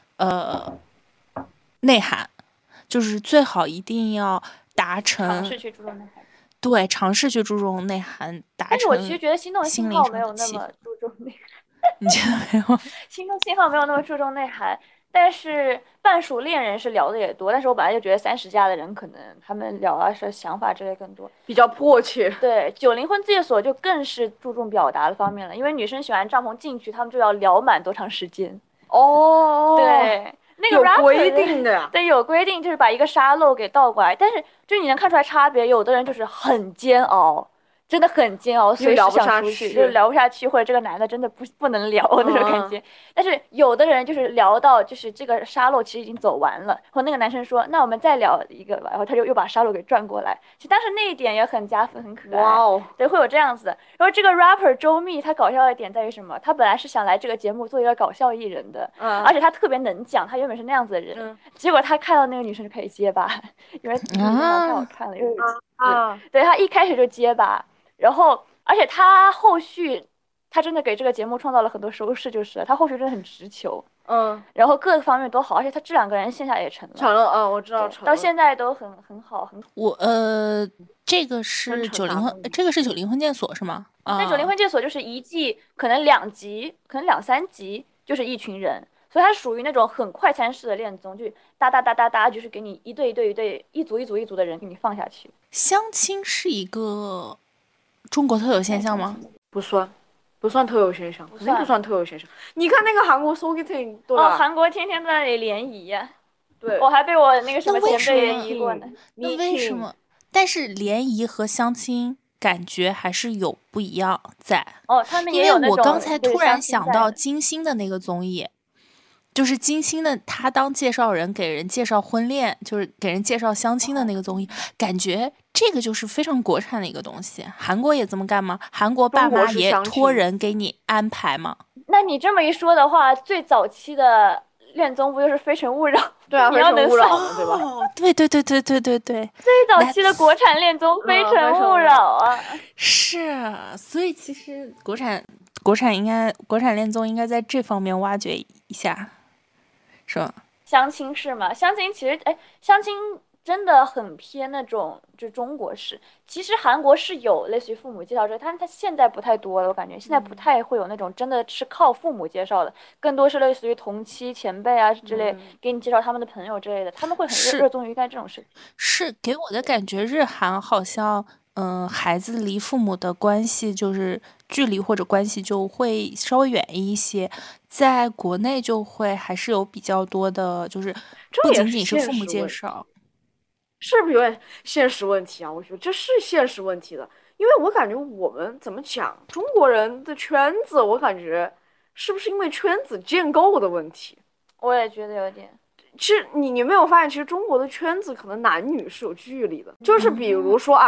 内涵，就是最好一定要达成尝试去注重内涵。 对，尝试去注重内涵，达成。 但是我其实觉得心动信号没有那么注重内涵。 你觉得没有？ 心动信号没有那么注重内涵，但是半熟恋人是聊的也多。但是我本来就觉得30+的人可能他们聊的是想法之类更多， 比较迫切。 对，90婚介所就更是注重表达的方面了，因为女生喜欢帐篷进去，他们就要聊满多长时间。 哦， 对。那个有规定的呀， 对，有规定，就是把一个沙漏给倒过来，但是就你能看出来差别，有的人就是很煎熬，真的很煎熬，随时想出去，就是聊不下去，或者这个男的真的不能聊那种感觉。但是有的人就是聊到就是这个沙漏其实已经走完了，然后那个男生说那我们再聊一个吧，然后他就又把沙漏给转过来。其实当时那一点也很加分，很可爱。 哇哦， 对，会有这样子的。然后这个 rapper 周密他搞笑的点在于什么？他本来是想来这个节目做一个搞笑艺人的，而且他特别能讲，他原本是那样子的人，结果他看到那个女生就开始结巴，因为女生太好看了，又有对他一开始就结巴。然后，而且他后续，他真的给这个节目创造了很多收视，就是他后续真的很直球，然后各个方面都好，而且他这2个人线下也成了， 我知道成了， 到现在都很好，很。 这个是90婚，这个是90婚介所是吗？ 那90婚介所就是一季可能2集，可能2、3集就是一群人，所以它属于那种很快餐式的恋综，就哒，就是给你一对一对一对，一组一组一组的人给你放下去。 相亲是一个中国特有现象吗？ 不算特有现象，肯定不算特有现象。你看那个韩国 sogeting， 对吧？ 韩国天天在那里联谊呀。 对， 我还被我那个什么前辈联谊过呢。 那为什么？但是联谊和相亲感觉还是有不一样在。 他们也有那种。 因为我刚才突然想到金星的那个综艺。就是金星的他当介绍人给人介绍婚恋，就是给人介绍相亲的那个综艺，感觉这个就是非常国产的一个东西。韩国也这么干吗？韩国爸妈也托人给你安排吗？ 那你这么一说的话，最早期的恋综不就是《非诚勿扰》？ 对啊，《非诚勿扰》对吧？ 对。 最早期的国产恋综《非诚勿扰》啊。 是，所以其实国产恋综应该在这方面挖掘一下。是吧？ 相亲是吗？相亲其实，相亲真的很偏那种，就中国式。其实韩国是有类似于父母介绍这个，但是它现在不太多了，我感觉现在不太会有那种真的是靠父母介绍的，更多是类似于同期前辈啊之类，给你介绍他们的朋友之类的，他们会很热衷于干这种事情。 是给我的感觉，日韩好像。孩子离父母的关系就是距离或者关系就会稍微远一些，在国内就会还是有比较多的，就是不仅仅是父母介绍， 是不是有点现实问题啊？我觉得这是现实问题的，因为我感觉我们怎么讲，中国人的圈子，我感觉是不是因为圈子建构的问题？ 我也觉得有点。 其实你没有发现，其实中国的圈子可能男女是有距离的，就是比如说啊。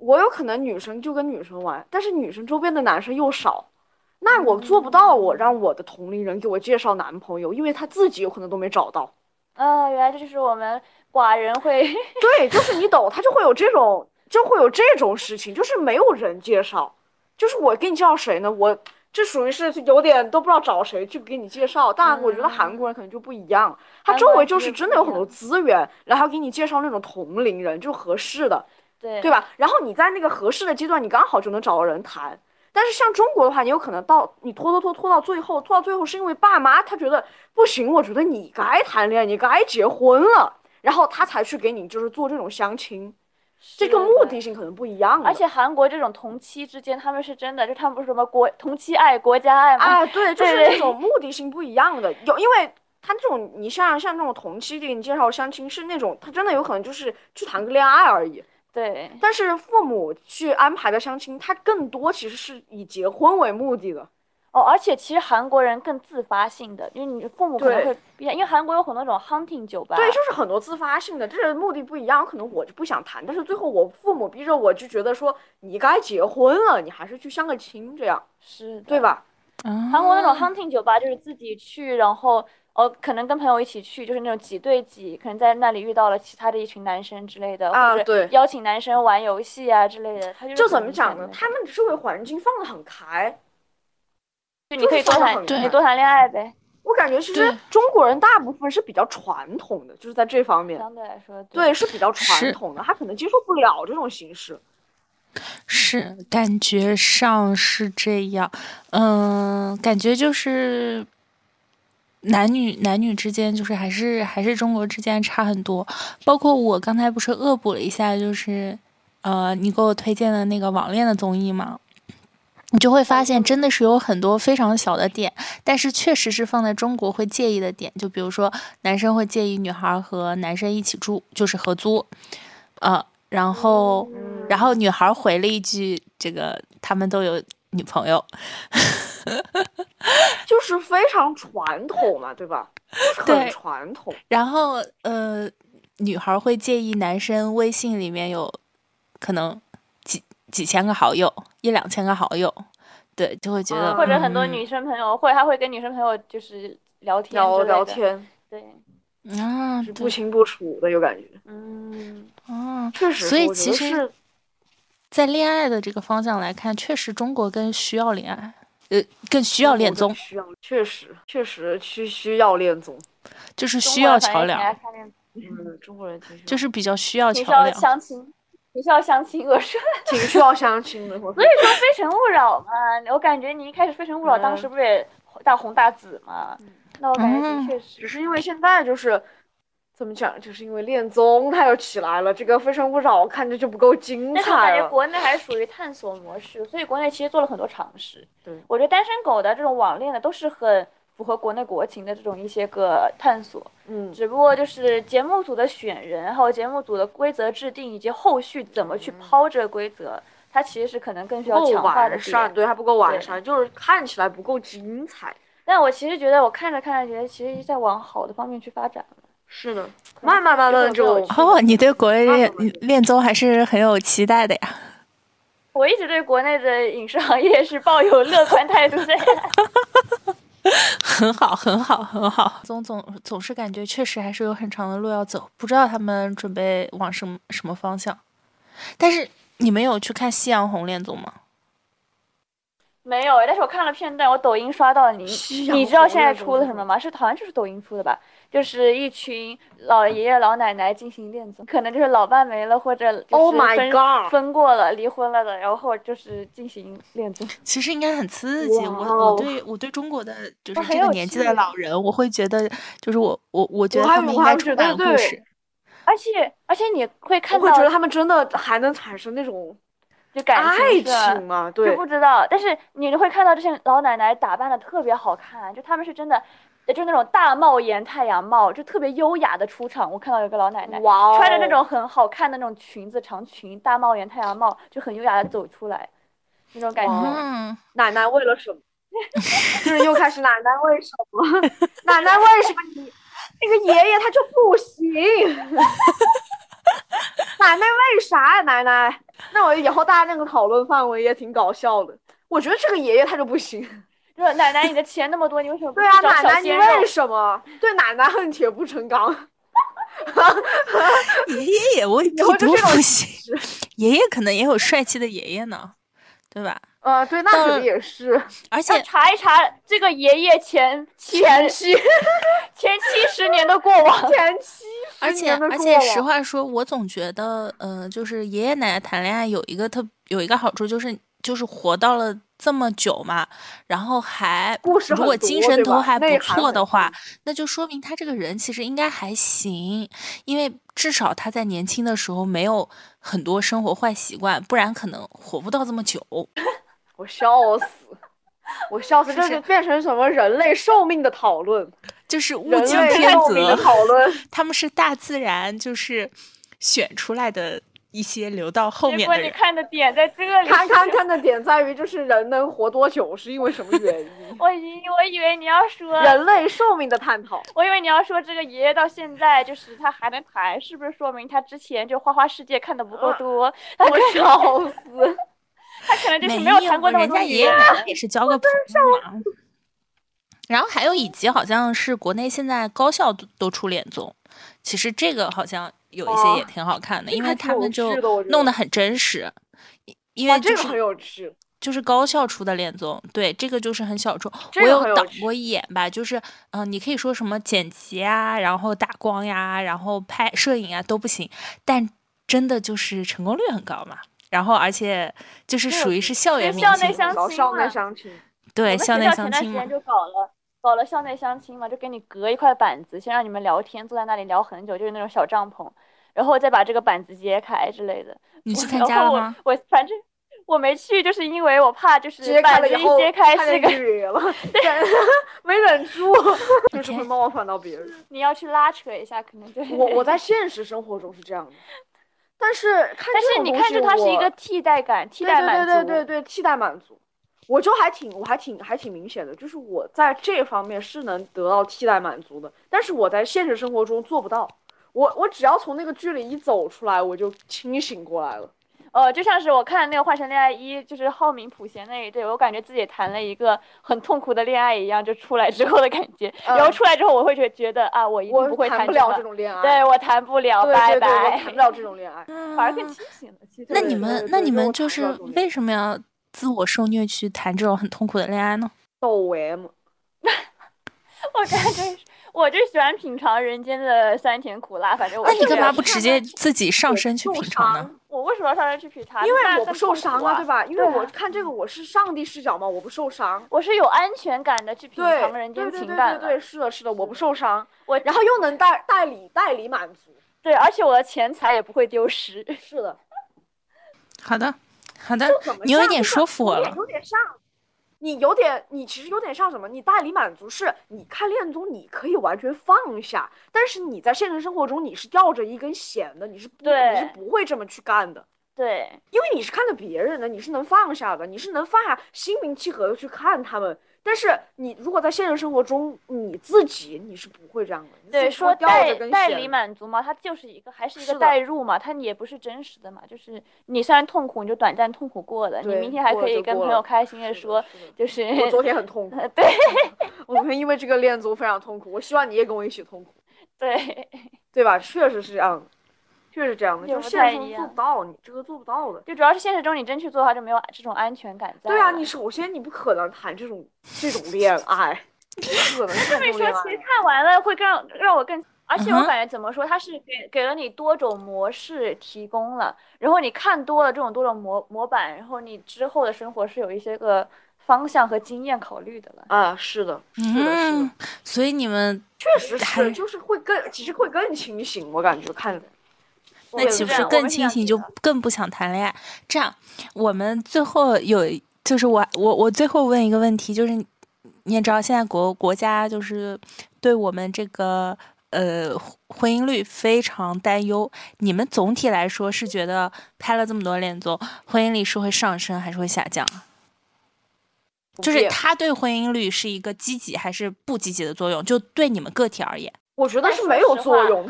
我有可能女生就跟女生玩，但是女生周边的男生又少，那我做不到我让我的同龄人给我介绍男朋友，因为他自己有可能都没找到。 原来这就是我们寡人会对，就是你懂，他就会有这种事情，就是没有人介绍，就是我给你介绍谁呢？这属于是有点都不知道找谁去给你介绍。当然，我觉得韩国人可能就不一样，他周围就是真的有很多资源，然后给你介绍那种同龄人，就合适的，对吧？然后你在那个合适的阶段，你刚好就能找到人谈。但是像中国的话，你有可能你拖到最后，是因为爸妈他觉得不行，我觉得你该谈恋爱，你该结婚了，然后他才去给你就是做这种相亲。这个目的性可能不一样， 而且韩国这种同期之间，他们是真的，就他们不是什么同期爱、国家爱吗？ 啊，对，就是这种目的性不一样的。因为他这种，你像这种同期给你介绍相亲是那种，他真的有可能就是去谈个恋爱而已。 对。 但是父母去安排的相亲，他更多其实是以结婚为目的的。 而且其实韩国人更自发性的，因为你父母可能会因为韩国有很多种 hunting 酒吧， 对，就是很多自发性的，这个目的不一样，可能我就不想谈，但是最后我父母逼着我，就觉得说你该结婚了，你还是去相个亲，这样是对吧？ 韩国那种 hunting 酒吧就是自己去，然后可能跟朋友一起去，就是那种几对几，可能在那里遇到了其他的一群男生之类的，或者邀请男生玩游戏啊之类的。他就怎么讲呢？他们的社会环境放得很开。 就你可以多谈恋爱呗。 我感觉其实中国人大部分是比较传统的，就是在这方面相对来说， 对是比较传统的，他可能接受不了这种形式。 是，感觉上是这样。感觉就是男女之间，就是还是中国之间差很多。包括我刚才不是恶补了一下，就是你给我推荐的那个网恋的综艺嘛。你就会发现，真的是有很多非常小的点，但是确实是放在中国会介意的点。就比如说，男生会介意女孩和男生一起住，就是合租，然后女孩回了一句：“这个他们都有女朋友。” 就是非常传统嘛，对吧？就是很传统。 然后女孩会介意男生微信里面有可能几千个好友，1-2千个好友，对，就会觉得或者很多女生朋友他会跟女生朋友就是聊天，对， 是不清不楚的有感觉，确实。 所以其实，在恋爱的这个方向来看，确实中国更需要恋爱，更需要恋综， 确实需要恋综， 就是需要桥梁。 中国人挺就是比较需要桥梁， 相亲。挺需要相亲，我说挺需要相亲的。所以说《非诚勿扰》嘛，我感觉你一开始《非诚勿扰》当时不是也大红大紫嘛？那我感觉的确是， 只是因为现在就是怎么讲，就是因为恋综它又起来了，这个《非诚勿扰》看着就不够精彩了。 但是我感觉国内还是属于探索模式，所以国内其实做了很多尝试。 对， 我觉得单身狗的这种网恋的都是很符合国内国情的这种一些个探索，只不过就是节目组的选人，还有节目组的规则制定，以及后续怎么去抛这个规则，它其实是可能更需要强化的点。 对，它不够完善，就是看起来不够精彩。 但我其实觉得，我看着觉得，其实在往好的方面去发展了。 是的，慢慢就你对国内恋综还是很有期待的呀？ 我一直对国内的影视行业是抱有乐观态度的呀。 很好。总是感觉确实还是有很长的路要走，不知道他们准备往什么方向。但是你们有去看夕阳红恋综吗？ 没有，但是我看了片段，我抖音刷到了你知道现在出了什么吗？好像就是抖音出的吧，就是一群老爷爷老奶奶进行恋综，可能就是老伴没了，或者就是分过了离婚了的，然后就是进行恋综。 其实应该很刺激。我对中国的就是这个年纪的老人，我会觉得就是我觉得他们应该充满故事。 而且你会看到， 我会觉得他们真的还能产生那种。 就感情嘛，对， 就不知道。但是你会看到这些老奶奶打扮的特别好看，就他们是真的，就那种大帽檐太阳帽，就特别优雅的出场。我看到有个老奶奶，穿着那种很好看的那种裙子，长裙，大帽檐太阳帽，就很优雅的走出来，那种感觉。 奶奶为了什么？就是又开始奶奶为什么？奶奶为什么你那个爷爷他就不行？奶奶为啥？奶奶。 那我以后大家那个讨论范围也挺搞笑的。我觉得这个爷爷他就不行。 说奶奶，你的钱那么多，你为什么不对啊， 去找奶奶你小鲜肉？ 为什么对奶奶恨铁不成钢？ 爷爷也未必都以后就这种不行，爷爷可能也有帅气的爷爷呢，对吧？ 对，那肯定也是。 而且要查一查这个爷爷前70年的过往。 前70 而且年的过实往。 话说，我总觉得，就是爷爷奶奶谈恋爱有一个好处，就是活到了这么久嘛，然后还如果故事很多精神头还不对吧内涵很错的话深， 那就说明他这个人其实应该还行，因为至少他在年轻的时候没有很多生活坏习惯，不然可能活不到这么久。 我笑死，我笑死，这就变成什么人类寿命的讨论， 就是物人类竞天寿命的择， 讨论。 他们是大自然就是选出来的一些留到后结果你面的人。 看的点在这里。 看的点在于，就是人能活多久是因为什么原因？ 我以为你要说人类寿命的探讨。 我以为你要说这个爷爷到现在就是他还能谈，是不是说明他之前就花花世界看的不够多？ 我笑死。 他可能就是没没有谈过那么人家多女人。 爷爷奶奶也是交个朋友嘛。然后还有以及好像是国内现在高校都出恋综，其实这个好像有一些也挺好看的，因为他们就弄得很真实，因为这个很有趣。 就是高校出的恋综，对，这个就是很小众。 我有挡过一眼吧，就是你可以说什么剪辑啊，然后打光呀，然后拍摄影啊都不行，但真的就是成功率很高嘛。然后而且就是属于是校园明星， 校内相亲， 对，校内相亲嘛。 前段时间就搞了校内相亲嘛，就给你隔一块板子，先让你们聊天，坐在那里聊很久，就是那种小帐篷，然后再把这个板子揭开之类的。 你去参加了吗？ 我反正我没去，就是因为我怕就是板子一揭开是个女了，没忍住，就是会冒犯到别人。 你要去拉扯一下，可能就我在现实生活中是这样的。但是你看着它是一个替代感，替代满足， 对，替代满足，我还挺明显的，就是我在这方面是能得到替代满足的，但是我在现实生活中做不到。我只要从那个剧里一走出来，我就清醒过来了。 就像是我看那个《换乘恋爱1》，就是浩明普贤那一对，我感觉自己谈了一个很痛苦的恋爱一样，就出来之后的感觉。然后出来之后，我会觉得啊，我一定不会谈不了这种恋爱。 对，我谈不了，拜拜。 我谈不了这种恋爱， 反而更清醒了。其实那你们就是为什么要自我受虐去谈这种很痛苦的恋爱呢？ 逗 M。 我感觉我就喜欢品尝人间的酸甜苦辣，反正我。 那你干嘛不直接自己上身去品尝呢？ 我为什么要上身去品尝？ 因为我不受伤啊，对吧？因为我看这个我是上帝视角嘛，我不受伤， 我是有安全感的去品尝人间情感。 对，是的，我不受伤，然后又能代理满足。 对，而且我的钱财也不会丢失。 是的。 好的，你有一点说服我了。 有点像。你其实有点像什么？你代理满足是你看恋综，你可以完全放下，但是你在现实生活中你是吊着一根弦的，你是不会这么去干的。 对， 因为你是看着别人的，你是能放下的，你是能放下心平气和的去看他们。但是你如果在现实生活中，你自己你是不会这样的。 对，说代理满足嘛，它就是还是一个代入嘛，它也不是真实的嘛，就是你虽然痛苦，你就短暂痛苦过的，你明天还可以跟朋友开心的说，就是我昨天很痛苦。 对， 我昨天因为这个恋综非常痛苦，我希望你也跟我一起痛苦。 对吧？确实是这样的。确实这样的，就现实中做不到，你这个做不到的。 就主要是现实中你真去做的话，就没有这种安全感在。 对啊，你首先你不可能谈这种恋爱，不可能这么说，其实看完了会让我更，而且我感觉怎么说，它是给了你多种模式提供了，然后你看多了这种多种模板，然后你之后的生活是有一些个方向和经验考虑的了。 啊，是的。 所以你们确实是，就是其实会更清醒，我感觉看着。 那岂不是更清醒，就更不想谈恋爱？这样，我们最后就是我最后问一个问题，就是你也知道，现在国家就是对我们这个婚姻率非常担忧。你们总体来说是觉得拍了这么多恋综，婚姻率是会上升还是会下降？就是它对婚姻率是一个积极还是不积极的作用？就对你们个体而言， 我觉得是没有作用的。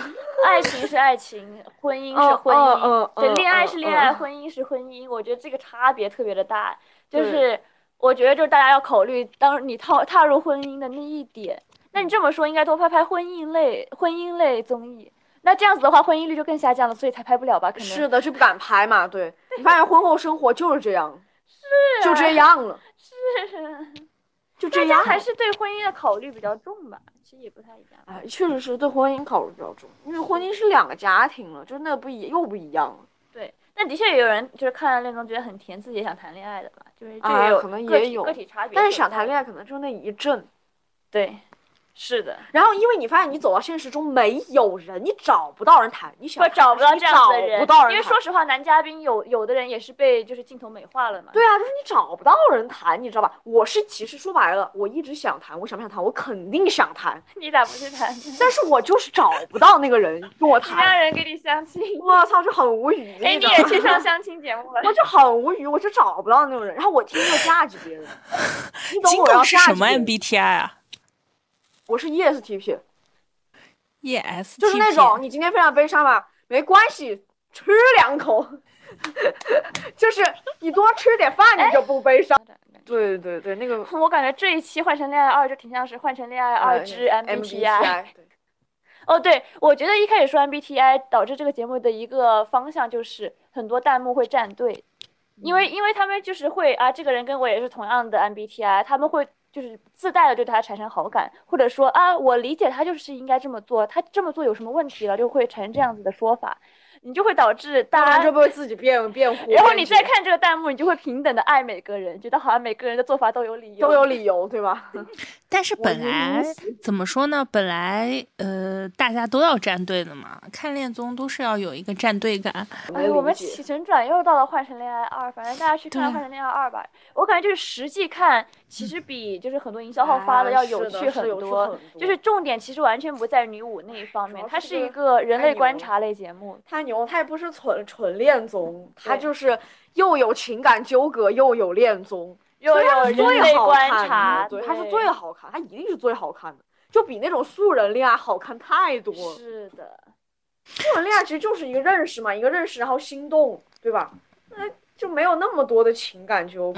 爱情是爱情，婚姻是婚姻，对，恋爱是恋爱，婚姻是婚姻。我觉得这个差别特别的大，就是我觉得就是大家要考虑，当你踏入婚姻的那一点，那你这么说应该多拍婚姻类综艺。那这样子的话，婚姻率就更下降了，所以才拍不了吧？可能是的，就不敢拍嘛。对，你发现婚后生活就是这样， 是就这样了， 是。 就这样， 还是对婚姻的考虑比较重吧，其实也不太一样。 哎，确实是对婚姻考虑比较重，因为婚姻是2个家庭了，就那又不一样了。 对，但的确也有人就是看了恋综觉得很甜，自己也想谈恋爱的嘛，就是这也有可能也有个体差别。 但是想谈恋爱可能就那一阵。 对。是的， 然后因为你发现你走到现实中没有人，你找不到人谈，你想找不到这样子的人，因为说实话，男嘉宾有的人也是被就是镜头美化了嘛。 对啊，就是你找不到人谈，你知道吧？其实说白了，我一直想谈，我想不想谈？我肯定想谈。 你咋不去谈？ 但是我就是找不到那个人跟我谈， 让人给你相亲。 我操，就很无语。 哎，你也去上相亲节目了？ 我就很无语，我就找不到那种人。然后我听着价值别人，你懂我要是什么 MBTI 啊？ 我是 ESTP， 就是那种你今天非常悲伤吧，没关系，吃2口，就是你多吃点饭你就不悲伤。对，那个我感觉这一期《换成恋爱2》就挺像是《换成恋爱2之 MBTI》。哦，对，我觉得一开始说 MBTI 导致这个节目的一个方向就是很多弹幕会站队，因为他们就是会这个人跟我也是同样的 MBTI， 他们会就是自带的对他产生好感，或者说我理解他就是应该这么做，他这么做有什么问题了，就会产生这样子的说法，你就会导致大家就不会自己辩护， 然后你再看这个弹幕，你就会平等的爱每个人，觉得好像每个人的做法都有理由，对吧？ 但是本来怎么说呢？本来大家都要站队的嘛，看恋综都是要有一个站队感。 我们起承转又到了《换成恋爱2》，反正大家去看《换成恋爱2》吧。我感觉就是实际看，其实比就是很多营销号发的要有趣很多。就是重点其实完全不在女五那一方面，它是一个人类观察类节目。 太牛，它也不是纯恋综，它就是又有情感纠葛，又有恋综。 又有人类观察， 对，它是最好看，它一定是最好看的，就比那种素人恋爱好看太多了。 是的， 素人恋爱其实就是一个认识嘛，一个认识然后心动，对吧？那就没有那么多的情感纠葛。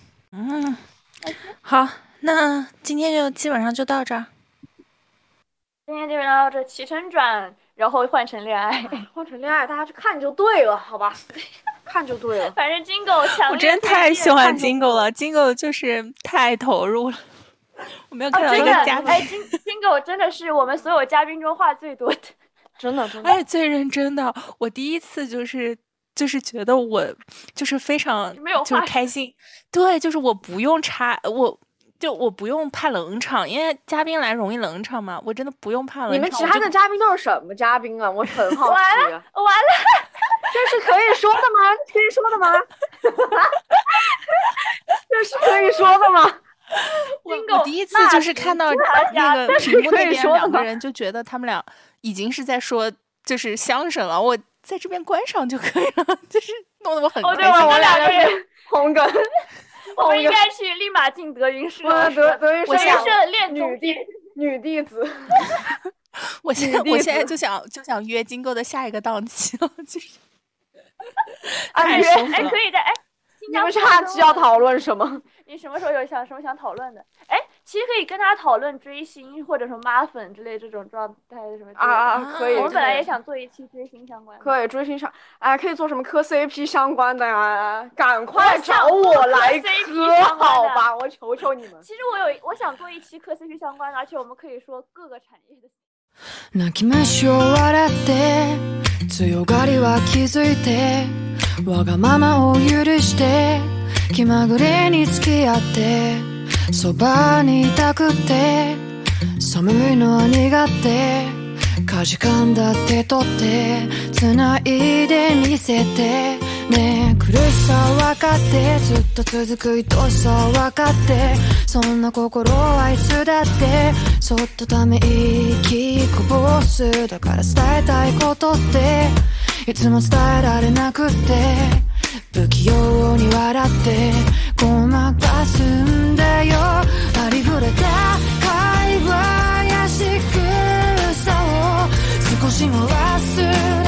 好，那今天就基本上就到这儿。 今天基本上到这，起承转，然后换成恋爱， 换成恋爱，大家去看就对了，好吧？看就对了。 反正金狗强烈， 我真的太喜欢金狗了，金狗就是太投入了。我没有看到一个嘉宾， 金狗真的是我们所有嘉宾中话最多的， 真的， 哎，最认真的。我第一次就是觉得我就是非常就是开心，对，就是我不用我不用怕冷场，因为嘉宾来容易冷场嘛，我真的不用怕冷场。 你们其他的嘉宾都是什么嘉宾啊？我很好奇。 完了， 这是可以说的吗？可以说的吗？这是可以说的吗？ 我第一次就是看到那个屏幕那边2个人，就觉得他们俩已经是在说就是相声了，我在这边观赏就可以了，就是弄得我很开心。 对，我们2个人红梗。 我们应该去立马进德云社， 德云社练女弟子。 我现在就想约金狗的下一个档期了，就是太舒服了。可以的， 你们下期要讨论什么？ 你什么时候有什么想讨论的？其实可以跟他讨论追星或者说妈粉之类这种状态的什么可以。 我们本来也想做一期追星相关的， 可以追星可以做什么磕 CP 相关的呀？赶快找我来磕好吧，我求求你们。 其实我想做一期磕 CP 相关的，而且我们可以说各个产业的。 泣き虫を笑って強がりは気づいてわがままを許して気まぐれに付き合ってそばにいたくて寒いのは苦手かじかんだ手取って繋いでみせてね苦しさ分かってずっと続く愛しさ分かってそんな心はいつだってそっとため息こぼすだから伝えたいことっていつも伝えられなくって不器用に笑ってごまかすんだよありふれた会話や仕草を少しも忘